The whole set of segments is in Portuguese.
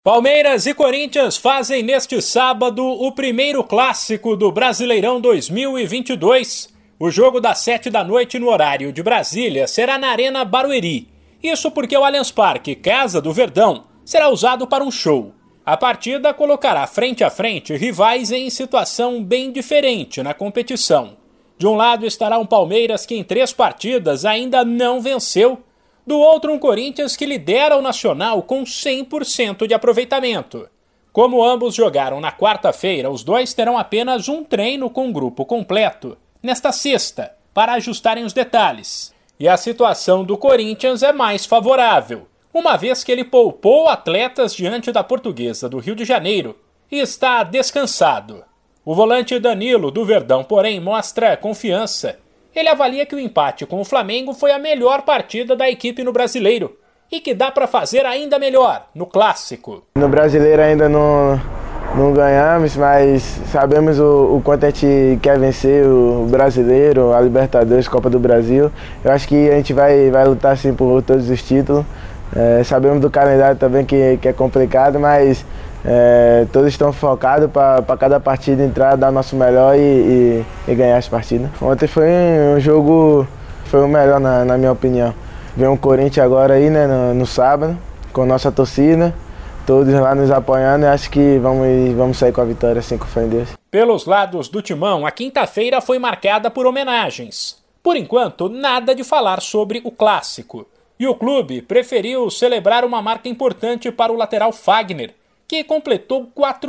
Palmeiras e Corinthians fazem neste sábado o primeiro clássico do Brasileirão 2022. O jogo das 7 da noite no horário de Brasília será na Arena Barueri. Isso porque o Allianz Parque, Casa do Verdão, será usado para um show. A partida colocará frente a frente rivais em situação bem diferente na competição. De um lado estará um Palmeiras que em 3 partidas ainda não venceu. Do outro, um Corinthians que lidera o Nacional com 100% de aproveitamento. Como ambos jogaram na quarta-feira, os dois terão apenas um treino com o grupo completo, nesta sexta, para ajustarem os detalhes. E a situação do Corinthians é mais favorável, uma vez que ele poupou atletas diante da Portuguesa do Rio de Janeiro e está descansado. O volante Danilo, do Verdão, porém, mostra confiança. Ele avalia que o empate com o Flamengo foi a melhor partida da equipe no Brasileiro e que dá para fazer ainda melhor no Clássico. No Brasileiro ainda não ganhamos, mas sabemos o quanto a gente quer vencer o Brasileiro, a Libertadores, Copa do Brasil. Eu acho que a gente vai lutar sim por todos os títulos. Sabemos do calendário também que é complicado, mas todos estão focados para cada partida entrar, dar o nosso melhor e ganhar as partidas. Ontem foi um jogo, foi o melhor na minha opinião. Vem um Corinthians agora aí, né, no sábado, com nossa torcida, todos lá nos apoiando, e acho que vamos sair com a vitória assim, com fé em Deus. Pelos lados do Timão, a quinta-feira foi marcada por homenagens. Por enquanto, nada de falar sobre o Clássico. E o clube preferiu celebrar uma marca importante para o lateral Fagner, que completou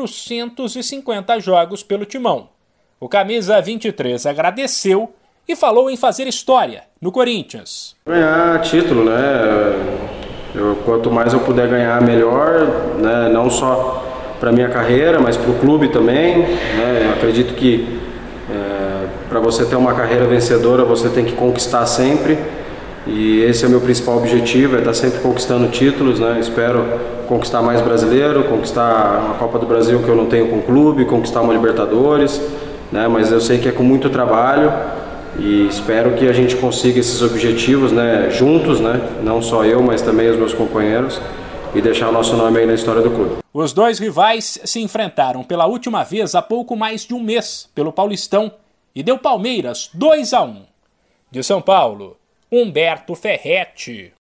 450 jogos pelo Timão. O camisa 23 agradeceu e falou em fazer história no Corinthians. Ganhar título, né? Quanto mais eu puder ganhar, melhor, né? Não só para minha carreira, mas para o clube também, né? Eu acredito que para você ter uma carreira vencedora, você tem que conquistar sempre. E esse é o meu principal objetivo, é estar sempre conquistando títulos, né? Espero conquistar mais brasileiro, conquistar uma Copa do Brasil que eu não tenho com o clube, conquistar uma Libertadores, né? Mas eu sei que é com muito trabalho e espero que a gente consiga esses objetivos, né? Juntos, né? Não só eu, mas também os meus companheiros, e deixar o nosso nome aí na história do clube. Os dois rivais se enfrentaram pela última vez há pouco mais de um mês pelo Paulistão e deu Palmeiras 2-1. De São Paulo, Humberto Ferretti.